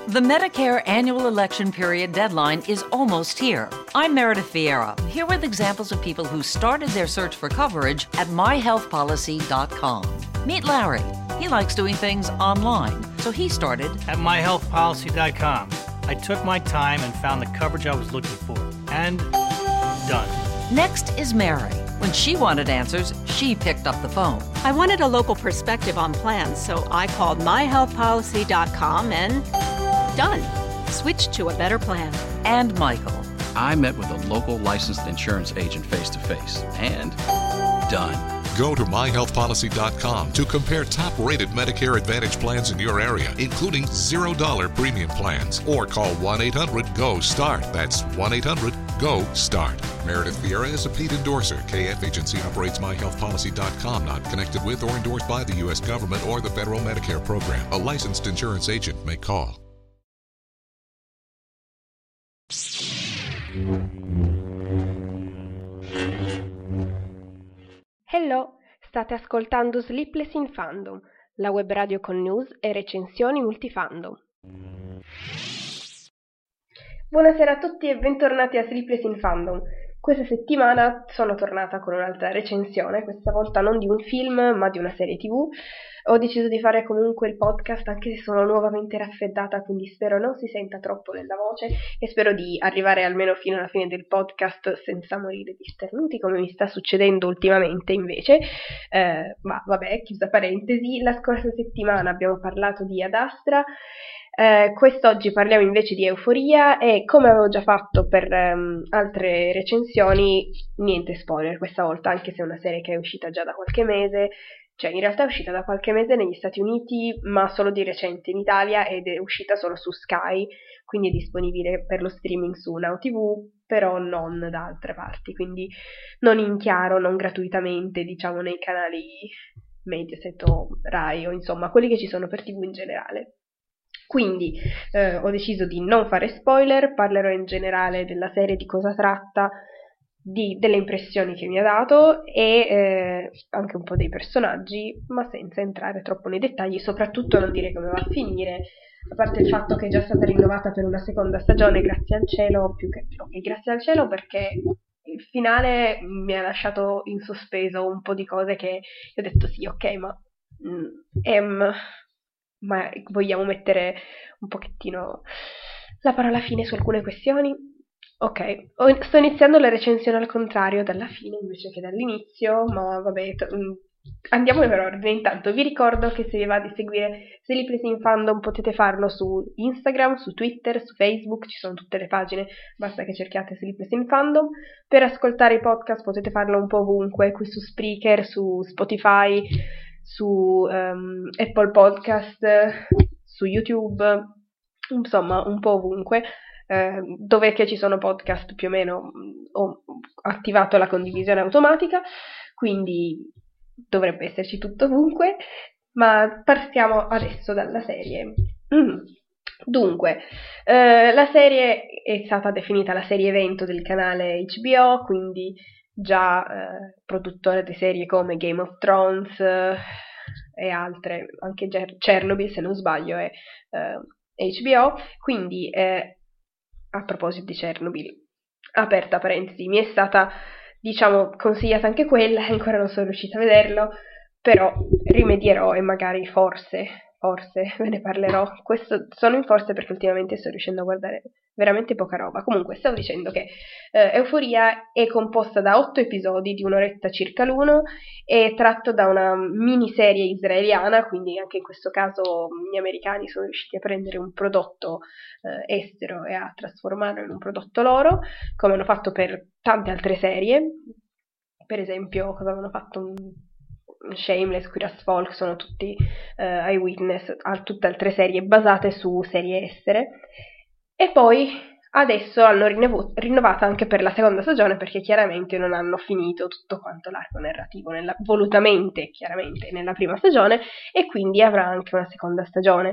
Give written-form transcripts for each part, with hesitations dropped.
The Medicare annual election period deadline is almost here. I'm Meredith Vieira, here with examples of people who started their search for coverage at myhealthpolicy.com. Meet Larry. He likes doing things online, so he started at myhealthpolicy.com. I took my time and found the coverage I was looking for. And done. Next is Mary. When she wanted answers, she picked up the phone. I wanted a local perspective on plans, so I called myhealthpolicy.com and done. Switched to a better plan. And Michael. I met with a local licensed insurance agent face-to-face and done. Go to myhealthpolicy.com to compare top-rated Medicare Advantage plans in your area, including $0 premium plans, or call 1-800-GO-START. That's 1-800-GO-START. Meredith Vieira is a paid endorser. KF Agency operates myhealthpolicy.com, not connected with or endorsed by the U.S. government or the federal Medicare program. A licensed insurance agent may call. Hello, state ascoltando Sleepless in Fandom, la web radio con news e recensioni multifandom. Buonasera a tutti e bentornati a Sleepless in Fandom. Questa settimana sono tornata con un'altra recensione, questa volta non di un film ma di una serie TV. Ho deciso di fare comunque il podcast anche se sono nuovamente raffreddata, quindi spero non si senta troppo nella voce e spero di arrivare almeno fino alla fine del podcast senza morire di sternuti come mi sta succedendo ultimamente invece. Ma vabbè, chiusa parentesi, la scorsa settimana abbiamo parlato di Ad Astra. Quest'oggi parliamo invece di Euforia e come avevo già fatto per altre recensioni, niente spoiler questa volta, anche se è una serie che è uscita già da qualche mese, cioè in realtà è uscita da qualche mese negli Stati Uniti ma solo di recente in Italia ed è uscita solo su Sky, quindi è disponibile per lo streaming su Now TV, però non da altre parti, quindi non in chiaro, non gratuitamente, diciamo nei canali Mediaset o Rai o insomma quelli che ci sono per TV in generale. Quindi ho deciso di non fare spoiler, parlerò in generale della serie, di cosa tratta, delle impressioni che mi ha dato e anche un po' dei personaggi, ma senza entrare troppo nei dettagli, soprattutto non dire come va a finire, a parte il fatto che è già stata rinnovata per una seconda stagione, grazie al cielo, più che grazie al cielo, perché il finale mi ha lasciato in sospeso un po' di cose che ho detto sì, ok, ma vogliamo mettere un pochettino la parola fine su alcune questioni? Ok, sto iniziando la recensione al contrario, dalla fine invece che dall'inizio, ma vabbè, andiamo per ordine. Intanto vi ricordo che se vi va di seguire Sleepless in Fandom potete farlo su Instagram, su Twitter, su Facebook, ci sono tutte le pagine, basta che cerchiate Sleepless in Fandom. Per ascoltare i podcast potete farlo un po' ovunque, qui su Spreaker, su Spotify, su Apple Podcast, su YouTube, insomma un po' ovunque, dove che ci sono podcast più o meno ho attivato la condivisione automatica, quindi dovrebbe esserci tutto ovunque, ma partiamo adesso dalla serie. Dunque, la serie è stata definita la serie evento del canale HBO, quindi già produttore di serie come Game of Thrones e altre, anche Chernobyl se non sbaglio è HBO, quindi a proposito di Chernobyl, aperta parentesi, mi è stata diciamo consigliata anche quella, ancora non sono riuscita a vederlo, però rimedierò e magari forse ve ne parlerò. Questo sono in forse perché ultimamente sto riuscendo a guardare veramente poca roba. Comunque stavo dicendo che Euforia è composta da 8 episodi di un'oretta circa l'uno, è tratto da una miniserie israeliana, quindi anche in questo caso gli americani sono riusciti a prendere un prodotto estero e a trasformarlo in un prodotto loro, come hanno fatto per tante altre serie. Per esempio, cosa avevano fatto? Shameless, Queer as Folk, sono tutti Eyewitness, tutte altre serie basate su serie estere. E poi adesso hanno rinnovata anche per la seconda stagione, perché chiaramente non hanno finito tutto quanto l'arco narrativo volutamente, chiaramente, nella prima stagione, e quindi avrà anche una seconda stagione.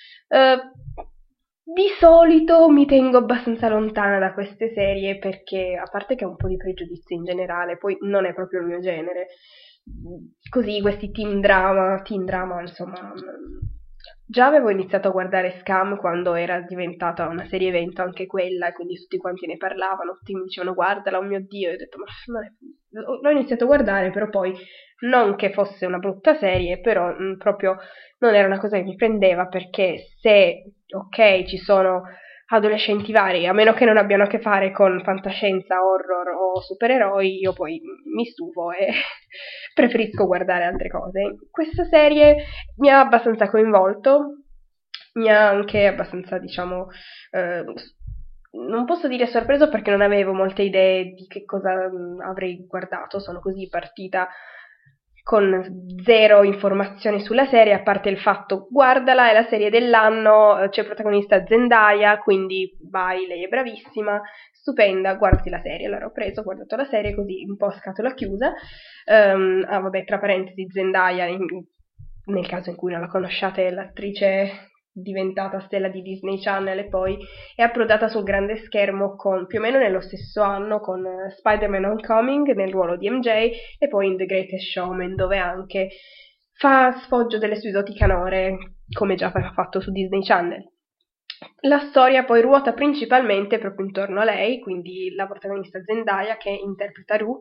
Di solito mi tengo abbastanza lontana da queste serie perché, a parte che ho un po' di pregiudizio in generale, poi non è proprio il mio genere. Così questi teen drama, insomma, Già avevo iniziato a guardare Scam quando era diventata una serie evento anche quella, e quindi tutti quanti ne parlavano, tutti mi dicevano guardala, oh mio Dio, e ho detto ma non è... L'ho iniziato a guardare, però poi non che fosse una brutta serie, però proprio non era una cosa che mi prendeva, perché se, ok, ci sono adolescenti vari, a meno che non abbiano a che fare con fantascienza, horror o supereroi, io poi mi stufo e preferisco guardare altre cose. Questa serie mi ha abbastanza coinvolto, mi ha anche abbastanza, diciamo, non posso dire sorpreso perché non avevo molte idee di che cosa avrei guardato, sono così partita con zero informazioni sulla serie, a parte il fatto guardala, è la serie dell'anno, c'è protagonista Zendaya, quindi vai, lei è bravissima, stupenda, guardi la serie. Allora ho guardato la serie così un po' a scatola chiusa. Vabbè, tra parentesi, Zendaya, nel caso in cui non la conosciate, è l'attrice diventata stella di Disney Channel e poi è approdata sul grande schermo più o meno nello stesso anno con Spider-Man Homecoming nel ruolo di MJ e poi in The Greatest Showman, dove anche fa sfoggio delle sue doti canore, come già ha fatto su Disney Channel. La storia poi ruota principalmente proprio intorno a lei, quindi la protagonista Zendaya che interpreta Rue,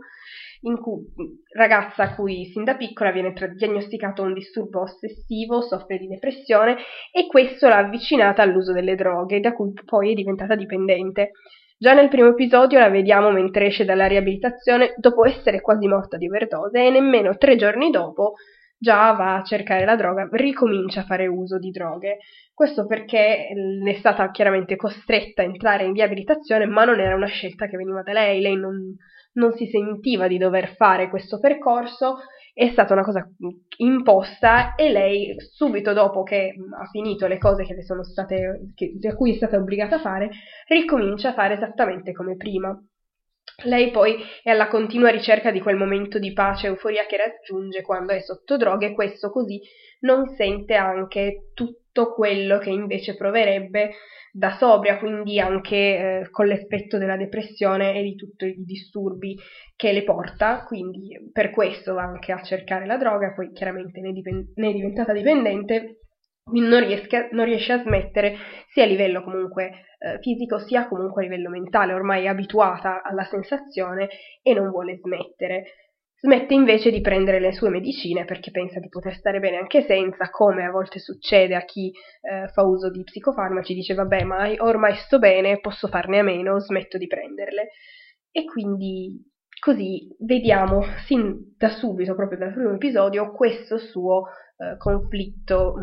ragazza a cui sin da piccola viene diagnosticato un disturbo ossessivo, soffre di depressione e questo l'ha avvicinata all'uso delle droghe, da cui poi è diventata dipendente. Già nel primo episodio la vediamo mentre esce dalla riabilitazione dopo essere quasi morta di overdose e nemmeno 3 giorni dopo già va a cercare la droga, ricomincia a fare uso di droghe. Questo perché è stata chiaramente costretta a entrare in riabilitazione, ma non era una scelta che veniva da lei, non si sentiva di dover fare questo percorso, è stata una cosa imposta e lei subito dopo che ha finito le cose che le sono state, a cui è stata obbligata a fare, ricomincia a fare esattamente come prima. Lei poi è alla continua ricerca di quel momento di pace e euforia che raggiunge quando è sotto droghe e questo così non sente anche tutto quello che invece proverebbe da sobria, quindi anche con l'effetto della depressione e di tutti i disturbi che le porta, quindi per questo va anche a cercare la droga, poi chiaramente ne è diventata dipendente, quindi non riesce a smettere sia a livello comunque fisico sia comunque a livello mentale, ormai è abituata alla sensazione e non vuole smettere. Smette invece di prendere le sue medicine perché pensa di poter stare bene anche senza, come a volte succede a chi fa uso di psicofarmaci, dice vabbè ma ormai sto bene, posso farne a meno, smetto di prenderle. E quindi così vediamo sin da subito, proprio dal primo episodio, questo suo conflitto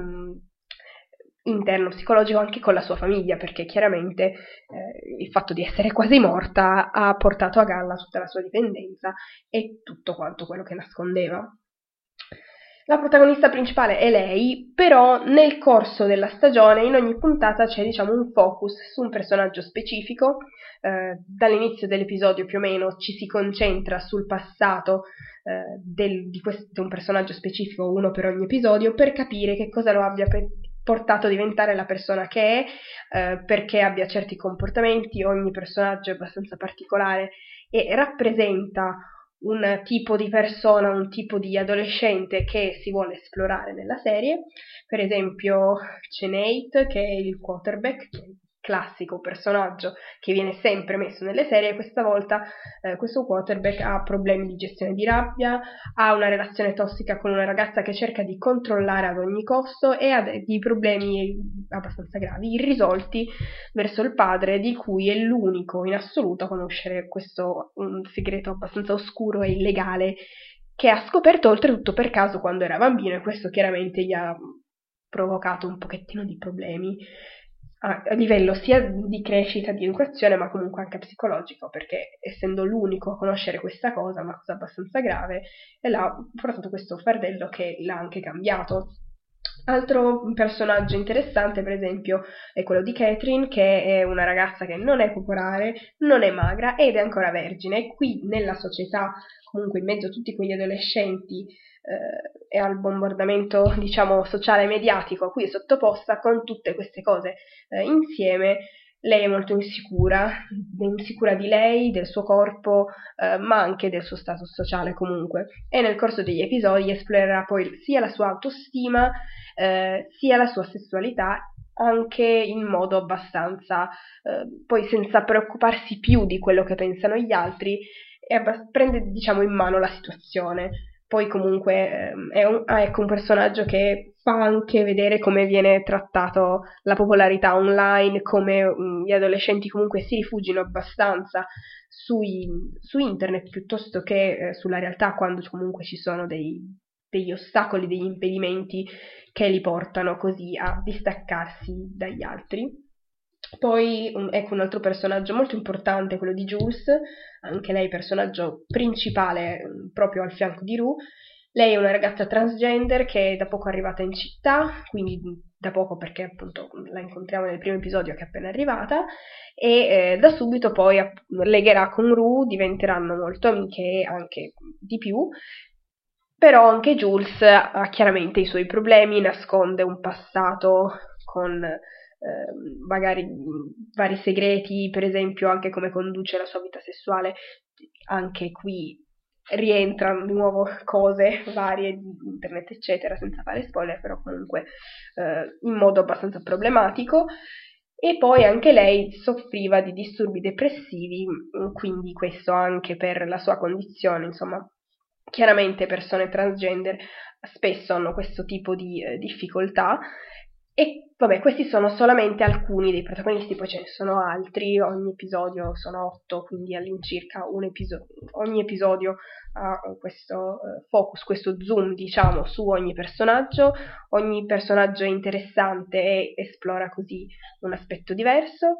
interno psicologico anche con la sua famiglia, perché chiaramente il fatto di essere quasi morta ha portato a galla tutta la sua dipendenza e tutto quanto quello che nascondeva. La protagonista principale è lei, però nel corso della stagione in ogni puntata c'è diciamo un focus su un personaggio specifico. Dall'inizio dell'episodio più o meno ci si concentra sul passato di un personaggio specifico, uno per ogni episodio, per capire che cosa lo abbia portato a diventare la persona che è, perché abbia certi comportamenti. Ogni personaggio è abbastanza particolare e rappresenta un tipo di persona, un tipo di adolescente che si vuole esplorare nella serie. Per esempio c'è Nate, che è il quarterback, che è il classico personaggio che viene sempre messo nelle serie. Questa volta questo quarterback ha problemi di gestione di rabbia, ha una relazione tossica con una ragazza che cerca di controllare ad ogni costo e ha dei problemi abbastanza gravi irrisolti verso il padre, di cui è l'unico in assoluto a conoscere questo un segreto abbastanza oscuro e illegale che ha scoperto oltretutto per caso quando era bambino, e questo chiaramente gli ha provocato un pochettino di problemi a livello sia di crescita, di educazione, ma comunque anche psicologico, perché essendo l'unico a conoscere questa cosa, una cosa abbastanza grave, e l'ha portato questo fardello che l'ha anche cambiato. Altro personaggio interessante, per esempio, è quello di Catherine, che è una ragazza che non è popolare, non è magra ed è ancora vergine, e qui nella società, comunque in mezzo a tutti quegli adolescenti e al bombardamento, diciamo, sociale e mediatico a cui è sottoposta, con tutte queste cose insieme, Lei è molto insicura di lei, del suo corpo, ma anche del suo status sociale comunque, e nel corso degli episodi esplorerà poi sia la sua autostima, sia la sua sessualità, anche in modo abbastanza, poi senza preoccuparsi più di quello che pensano gli altri, e prende diciamo in mano la situazione. Poi comunque è un personaggio che fa anche vedere come viene trattato la popolarità online, come gli adolescenti comunque si rifugino abbastanza su internet piuttosto che sulla realtà, quando comunque ci sono degli ostacoli, degli impedimenti che li portano così a distaccarsi dagli altri. Poi ecco un altro personaggio molto importante, quello di Jules, anche lei personaggio principale proprio al fianco di Rue. Lei è una ragazza transgender che è da poco arrivata in città, quindi da poco perché appunto la incontriamo nel primo episodio che è appena arrivata, e da subito poi legherà con Rue, diventeranno molto amiche anche di più. Però anche Jules ha chiaramente i suoi problemi, nasconde un passato con magari vari segreti, per esempio anche come conduce la sua vita sessuale. Anche qui rientrano di nuovo cose varie di internet eccetera, senza fare spoiler, però comunque in modo abbastanza problematico. E poi anche lei soffriva di disturbi depressivi, quindi questo anche per la sua condizione, insomma. Chiaramente persone transgender spesso hanno questo tipo di difficoltà. E vabbè, questi sono solamente alcuni dei protagonisti, poi ce ne sono altri, ogni episodio sono 8, quindi all'incirca ogni episodio ha questo focus, questo zoom diciamo su ogni personaggio è interessante e esplora così un aspetto diverso.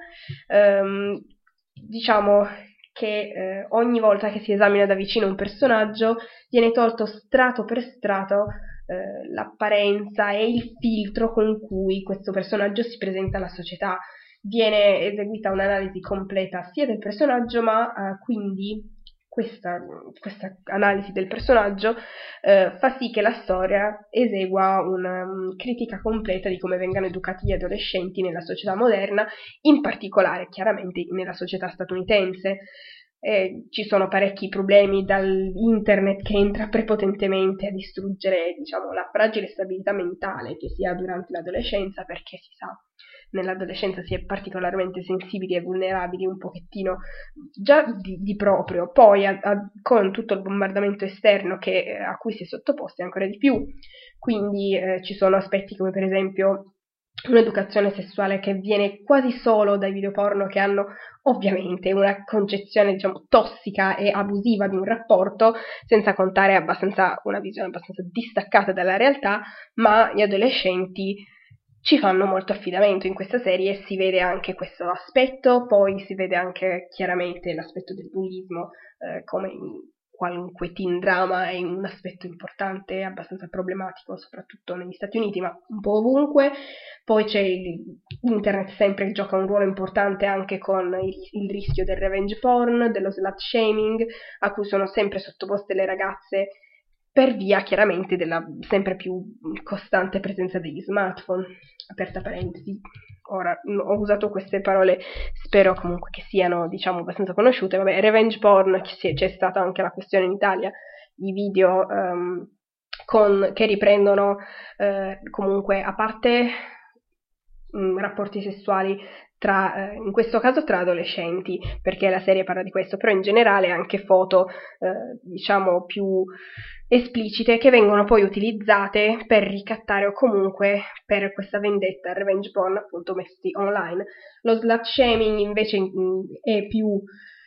Diciamo che ogni volta che si esamina da vicino un personaggio viene tolto strato per strato l'apparenza e il filtro con cui questo personaggio si presenta alla società. Viene eseguita un'analisi completa sia del personaggio, ma quindi questa analisi del personaggio fa sì che la storia esegua una critica completa di come vengano educati gli adolescenti nella società moderna, in particolare chiaramente nella società statunitense. Ci sono parecchi problemi, dall'internet che entra prepotentemente a distruggere, diciamo, la fragile stabilità mentale che si ha durante l'adolescenza, perché si sa, nell'adolescenza si è particolarmente sensibili e vulnerabili un pochettino già di proprio, poi con tutto il bombardamento esterno a cui si è sottoposti ancora di più. Quindi ci sono aspetti come per esempio un'educazione sessuale che viene quasi solo dai videoporno, che hanno ovviamente una concezione diciamo tossica e abusiva di un rapporto, senza contare una visione abbastanza distaccata dalla realtà, ma gli adolescenti ci fanno molto affidamento in questa serie e si vede anche questo aspetto. Poi si vede anche chiaramente l'aspetto del bullismo, come in qualunque teen drama è un aspetto importante, abbastanza problematico, soprattutto negli Stati Uniti, ma un po' ovunque. Poi internet sempre gioca un ruolo importante anche con il rischio del revenge porn, dello slut shaming, a cui sono sempre sottoposte le ragazze per via chiaramente della sempre più costante presenza degli smartphone. Aperta parentesi, ora ho usato queste parole, spero comunque che siano diciamo abbastanza conosciute. Vabbè, revenge porn, c'è stata anche la questione in Italia, i video che riprendono comunque, a parte rapporti sessuali in questo caso tra adolescenti, perché la serie parla di questo, però in generale anche foto diciamo più esplicite che vengono poi utilizzate per ricattare o comunque per questa vendetta, revenge porn appunto messi online. Lo slut shaming invece è più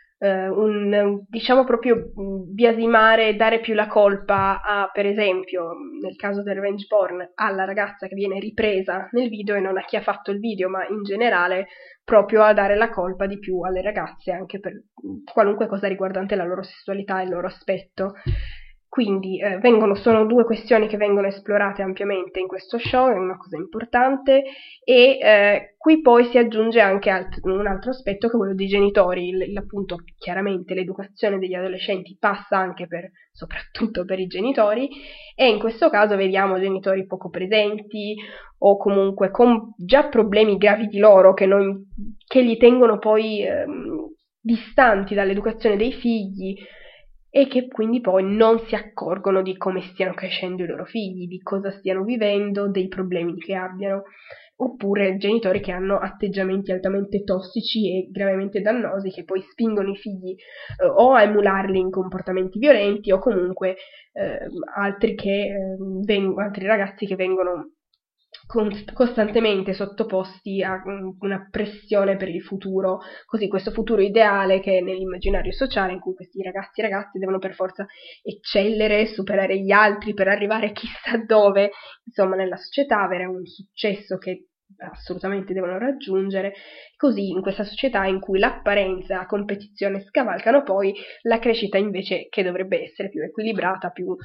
diciamo proprio biasimare, dare più la colpa per esempio nel caso del revenge porn alla ragazza che viene ripresa nel video e non a chi ha fatto il video, ma in generale proprio a dare la colpa di più alle ragazze anche per qualunque cosa riguardante la loro sessualità e il loro aspetto. Quindi sono due questioni che vengono esplorate ampiamente in questo show, è una cosa importante, e qui poi si aggiunge anche un altro aspetto che è quello dei genitori, appunto chiaramente l'educazione degli adolescenti passa anche soprattutto per i genitori, e in questo caso vediamo genitori poco presenti o comunque con già problemi gravi di loro che li tengono poi distanti dall'educazione dei figli, e che quindi poi non si accorgono di come stiano crescendo i loro figli, di cosa stiano vivendo, dei problemi che abbiano, oppure genitori che hanno atteggiamenti altamente tossici e gravemente dannosi che poi spingono i figli o a emularli in comportamenti violenti o comunque altri ragazzi che vengono costantemente sottoposti a una pressione per il futuro, così questo futuro ideale che è nell'immaginario sociale in cui questi ragazzi e ragazze devono per forza eccellere, superare gli altri per arrivare chissà dove, insomma nella società, avere un successo che assolutamente devono raggiungere, così in questa società in cui l'apparenza e la competizione scavalcano poi la crescita invece che dovrebbe essere più equilibrata, più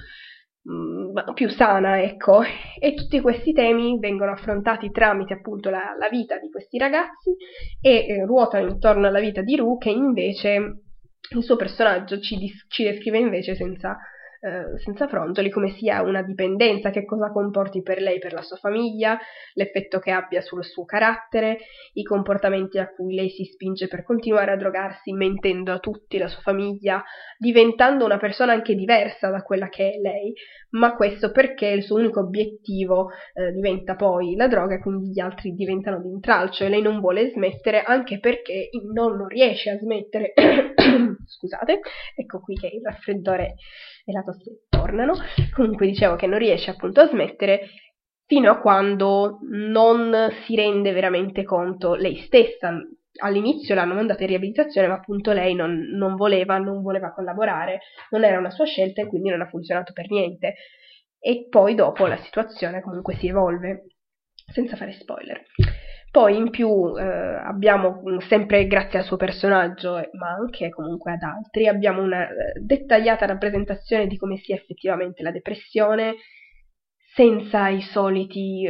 sana, ecco. E tutti questi temi vengono affrontati tramite appunto la vita di questi ragazzi e ruotano intorno alla vita di Rue, che invece il suo personaggio ci descrive invece senza fronzoli, come sia una dipendenza, che cosa comporti per lei, per la sua famiglia, l'effetto che abbia sul suo carattere, i comportamenti a cui lei si spinge per continuare a drogarsi, mentendo a tutti, la sua famiglia, diventando una persona anche diversa da quella che è lei, ma questo perché il suo unico obiettivo diventa poi la droga, e quindi gli altri diventano d'intralcio e lei non vuole smettere, anche perché non riesce a smettere. Scusate, ecco qui che il raffreddore e la tosse tornano. Comunque dicevo che non riesce appunto a smettere fino a quando non si rende veramente conto lei stessa. All'inizio l'hanno mandata in riabilitazione, ma appunto lei non voleva collaborare, non era una sua scelta e quindi non ha funzionato per niente. E poi dopo la situazione comunque si evolve, senza fare spoiler. Poi in più abbiamo, sempre grazie al suo personaggio, ma anche comunque ad altri, abbiamo una dettagliata rappresentazione di come sia effettivamente la depressione, senza i soliti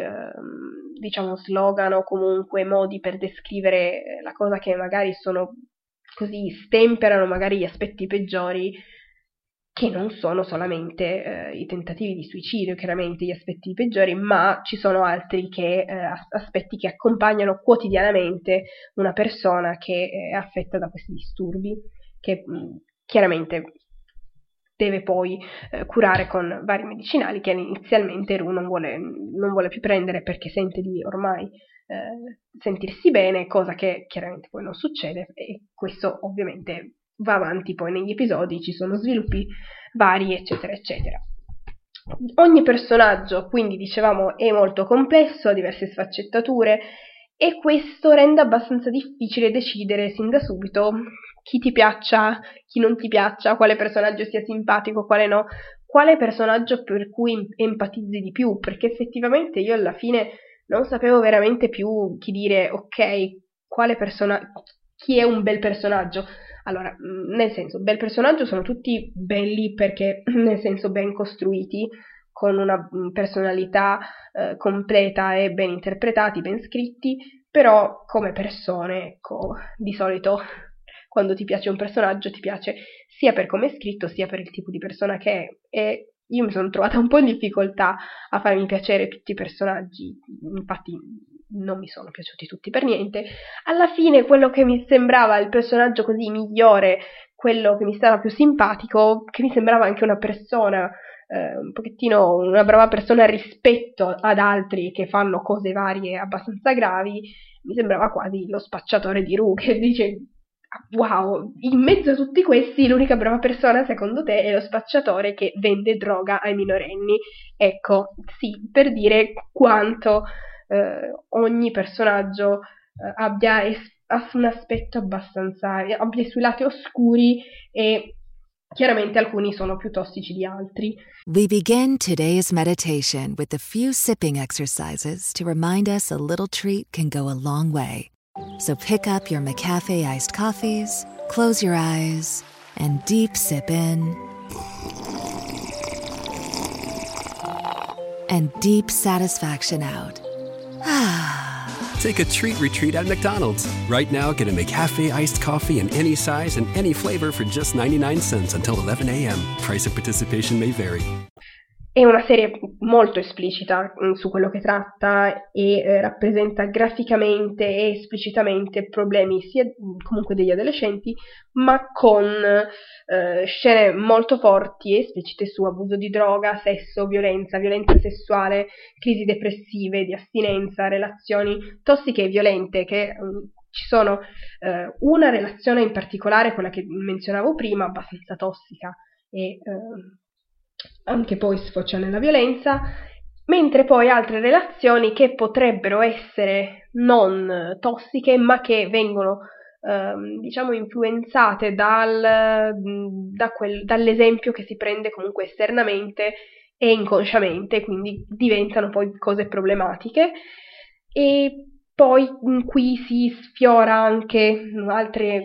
slogan o comunque modi per descrivere la cosa, che magari sono così, stemperano magari gli aspetti peggiori, che non sono solamente i tentativi di suicidio, chiaramente gli aspetti peggiori, ma ci sono altri aspetti che accompagnano quotidianamente una persona che è affetta da questi disturbi, che chiaramente deve poi curare con vari medicinali che inizialmente Rue non vuole più prendere, perché sente di ormai sentirsi bene, cosa che chiaramente poi non succede, e questo ovviamente va avanti poi negli episodi, ci sono sviluppi vari, eccetera eccetera. Ogni personaggio, quindi dicevamo, è molto complesso, ha diverse sfaccettature, e questo rende abbastanza difficile decidere sin da subito chi ti piaccia, chi non ti piaccia, quale personaggio sia simpatico, quale no, quale personaggio per cui empatizzi di più, perché effettivamente io alla fine non sapevo veramente più chi dire, ok, chi è un bel personaggio. Allora, nel senso, bel personaggio sono tutti belli perché, nel senso, ben costruiti, con una personalità completa e ben interpretati, ben scritti, però come persone, ecco, di solito quando ti piace un personaggio ti piace sia per come è scritto sia per il tipo di persona che è, e io mi sono trovata un po' in difficoltà a farmi piacere tutti i personaggi, infatti non mi sono piaciuti tutti per niente. Alla fine quello che mi sembrava il personaggio così migliore, quello che mi stava più simpatico, che mi sembrava anche una persona un pochettino una brava persona rispetto ad altri che fanno cose varie abbastanza gravi, mi sembrava quasi lo spacciatore di Rue, che dice: wow, in mezzo a tutti questi l'unica brava persona secondo te è lo spacciatore che vende droga ai minorenni. Ecco, sì, per dire quanto ogni personaggio abbia un aspetto abbastanza, abbia i suoi lati oscuri, e chiaramente alcuni sono più tossici di altri. We begin today's meditation with a few sipping exercises to remind us a little treat can go a long way. So pick up your McCafe iced coffees, close your eyes, and deep sip in and deep satisfaction out. Take a treat retreat at McDonald's. Right now, get a McCafe iced coffee in any size and any flavor for just 99 cents until 11 a.m. Price of participation may vary. È una serie molto esplicita su quello che tratta e rappresenta graficamente e esplicitamente problemi sia comunque degli adolescenti, ma con scene molto forti e esplicite su abuso di droga, sesso, violenza sessuale, crisi depressive, di astinenza, relazioni tossiche e violente, che ci sono una relazione in particolare, quella che menzionavo prima, abbastanza tossica e anche poi sfocia nella violenza, mentre poi altre relazioni che potrebbero essere non tossiche, ma che vengono diciamo influenzate dall'esempio che si prende comunque esternamente e inconsciamente, quindi diventano poi cose problematiche. E poi qui si sfiora anche altre...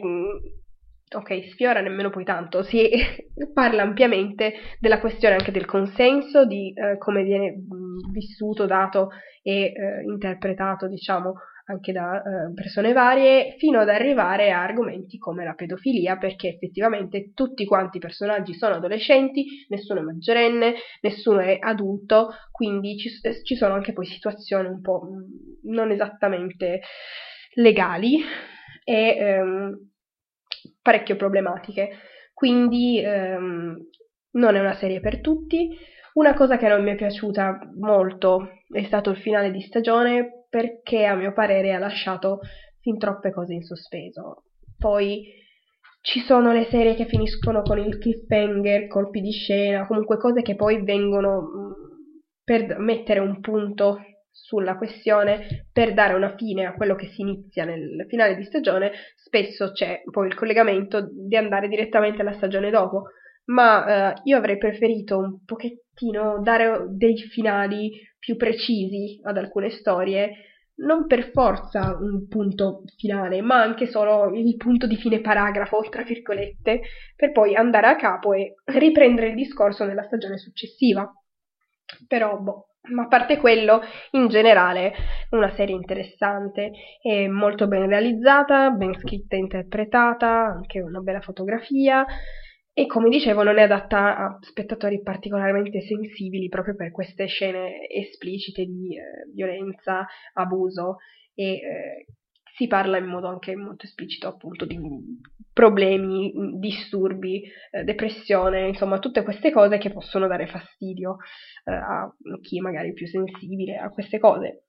sfiora nemmeno poi tanto, si parla ampiamente della questione anche del consenso, di come viene vissuto, dato e interpretato, diciamo, anche da persone varie, fino ad arrivare a argomenti come la pedofilia, perché effettivamente tutti quanti i personaggi sono adolescenti, nessuno è maggiorenne, nessuno è adulto, quindi ci sono anche poi situazioni un po' non esattamente legali e parecchio problematiche, quindi non è una serie per tutti. Una cosa che non mi è piaciuta molto è stato il finale di stagione, perché a mio parere ha lasciato fin troppe cose in sospeso. Poi ci sono le serie che finiscono con il cliffhanger, colpi di scena, comunque cose che poi vengono per mettere un punto sulla questione, per dare una fine a quello che si inizia nel finale di stagione. Spesso c'è poi il collegamento di andare direttamente alla stagione dopo, ma io avrei preferito un pochettino dare dei finali più precisi ad alcune storie, non per forza un punto finale, ma anche solo il punto di fine paragrafo, tra virgolette, per poi andare a capo e riprendere il discorso nella stagione successiva. Però, ma a parte quello, in generale è una serie interessante, è molto ben realizzata, ben scritta e interpretata, anche una bella fotografia, e come dicevo non è adatta a spettatori particolarmente sensibili, proprio per queste scene esplicite di violenza, abuso, e si parla in modo anche molto esplicito appunto di problemi, disturbi, depressione, insomma tutte queste cose che possono dare fastidio a chi magari è più sensibile a queste cose.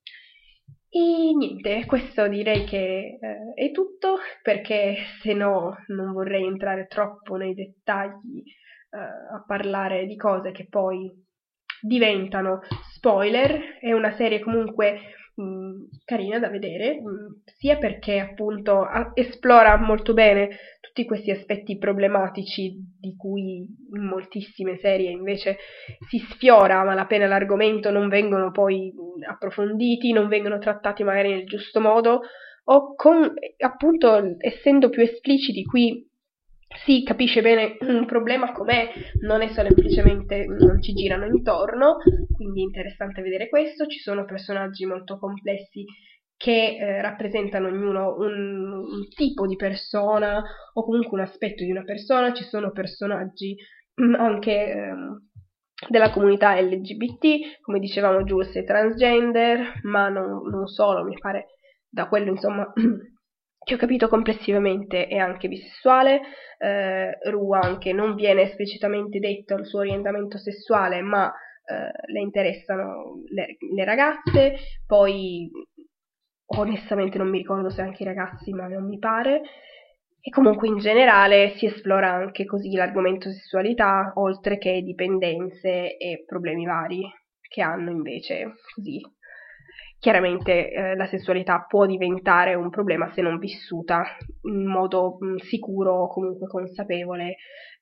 E niente, questo direi che è tutto, perché se no non vorrei entrare troppo nei dettagli a parlare di cose che poi diventano spoiler. È una serie comunque carina da vedere, sia perché appunto esplora molto bene tutti questi aspetti problematici di cui in moltissime serie invece si sfiora a malapena l'argomento, non vengono poi approfonditi, non vengono trattati magari nel giusto modo, o appunto essendo più espliciti qui si capisce bene un problema com'è, non è semplicemente non ci girano intorno, quindi è interessante vedere questo. Ci sono personaggi molto complessi che rappresentano ognuno un tipo di persona o comunque un aspetto di una persona. Ci sono personaggi anche della comunità LGBT, come dicevamo Jules è transgender, ma non solo, mi pare, da quello insomma che ho capito complessivamente è anche bisessuale. Ru anche non viene esplicitamente detto il suo orientamento sessuale, ma le interessano le ragazze. Poi onestamente non mi ricordo se anche i ragazzi, ma non mi pare. E comunque in generale si esplora anche così l'argomento sessualità, oltre che dipendenze e problemi vari che hanno invece così. Chiaramente la sessualità può diventare un problema se non vissuta in modo sicuro o comunque consapevole,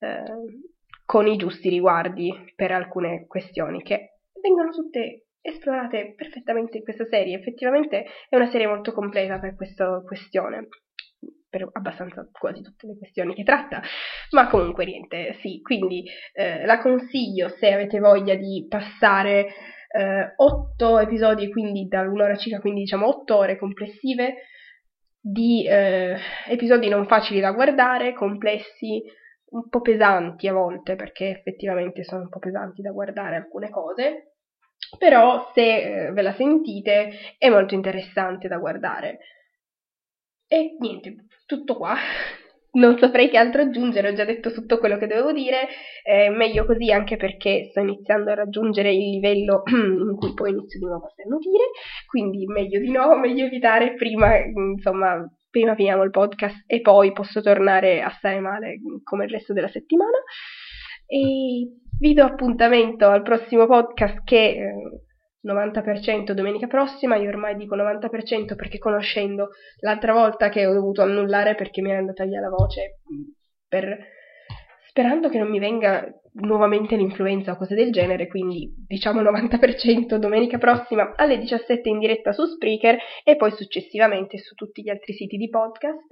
con i giusti riguardi per alcune questioni che vengono tutte esplorate perfettamente in questa serie. Effettivamente è una serie molto completa per questa questione, per abbastanza quasi tutte le questioni che tratta, ma comunque niente, sì, quindi la consiglio se avete voglia di passare 8 episodi, quindi da un'ora circa, quindi diciamo 8 ore complessive di episodi non facili da guardare, complessi, un po' pesanti a volte, perché effettivamente sono un po' pesanti da guardare alcune cose, però se ve la sentite è molto interessante da guardare. E niente, tutto qua. Non saprei che altro aggiungere, ho già detto tutto quello che dovevo dire, meglio così, anche perché sto iniziando a raggiungere il livello in cui poi inizio di nuovo a sternutire, quindi meglio di no, meglio evitare, prima finiamo il podcast e poi posso tornare a stare male come il resto della settimana. E vi do appuntamento al prossimo podcast, che 90% domenica prossima. Io ormai dico 90% perché, conoscendo l'altra volta che ho dovuto annullare perché mi era andata via la voce, sperando che non mi venga nuovamente l'influenza o cose del genere, quindi diciamo 90% domenica prossima alle 17 in diretta su Spreaker e poi successivamente su tutti gli altri siti di podcast.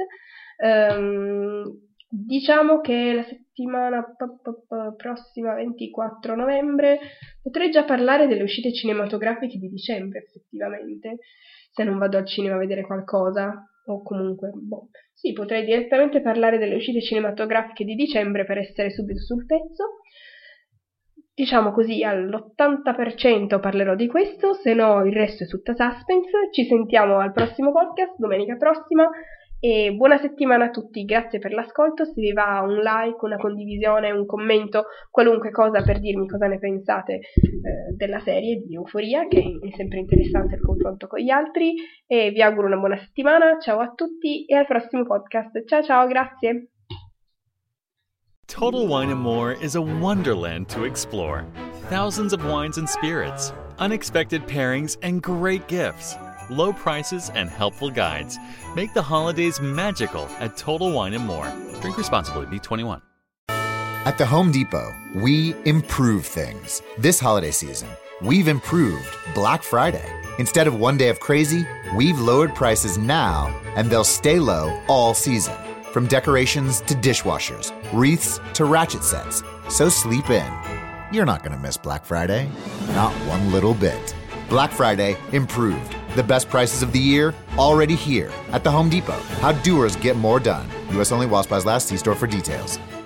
Diciamo che la settimana prossima, 24 novembre, potrei già parlare delle uscite cinematografiche di dicembre, effettivamente, se non vado al cinema a vedere qualcosa, o comunque, sì, potrei direttamente parlare delle uscite cinematografiche di dicembre per essere subito sul pezzo. Diciamo così, all'80% parlerò di questo, se no il resto è tutta suspense. Ci sentiamo al prossimo podcast, domenica prossima. E buona settimana a tutti, grazie per l'ascolto. Se vi va, un like, una condivisione, un commento, qualunque cosa per dirmi cosa ne pensate della serie di Euphoria, che è sempre interessante il confronto con gli altri, e vi auguro una buona settimana. Ciao a tutti e al prossimo podcast. Ciao, grazie. Total Wine & More is a wonderland to explore. Thousands of wines and spirits, unexpected pairings, and great gifts. Low prices and helpful guides make the holidays magical at Total Wine & More. Drink responsibly. Be 21. At the Home Depot, we improve things. This holiday season, we've improved Black Friday. Instead of one day of crazy, we've lowered prices now, and they'll stay low all season. From decorations to dishwashers, wreaths to ratchet sets. So sleep in. You're not going to miss Black Friday. Not one little bit. Black Friday improved. The best prices of the year already here at the Home Depot. How doers get more done. U.S. only while supplies last. See store for details.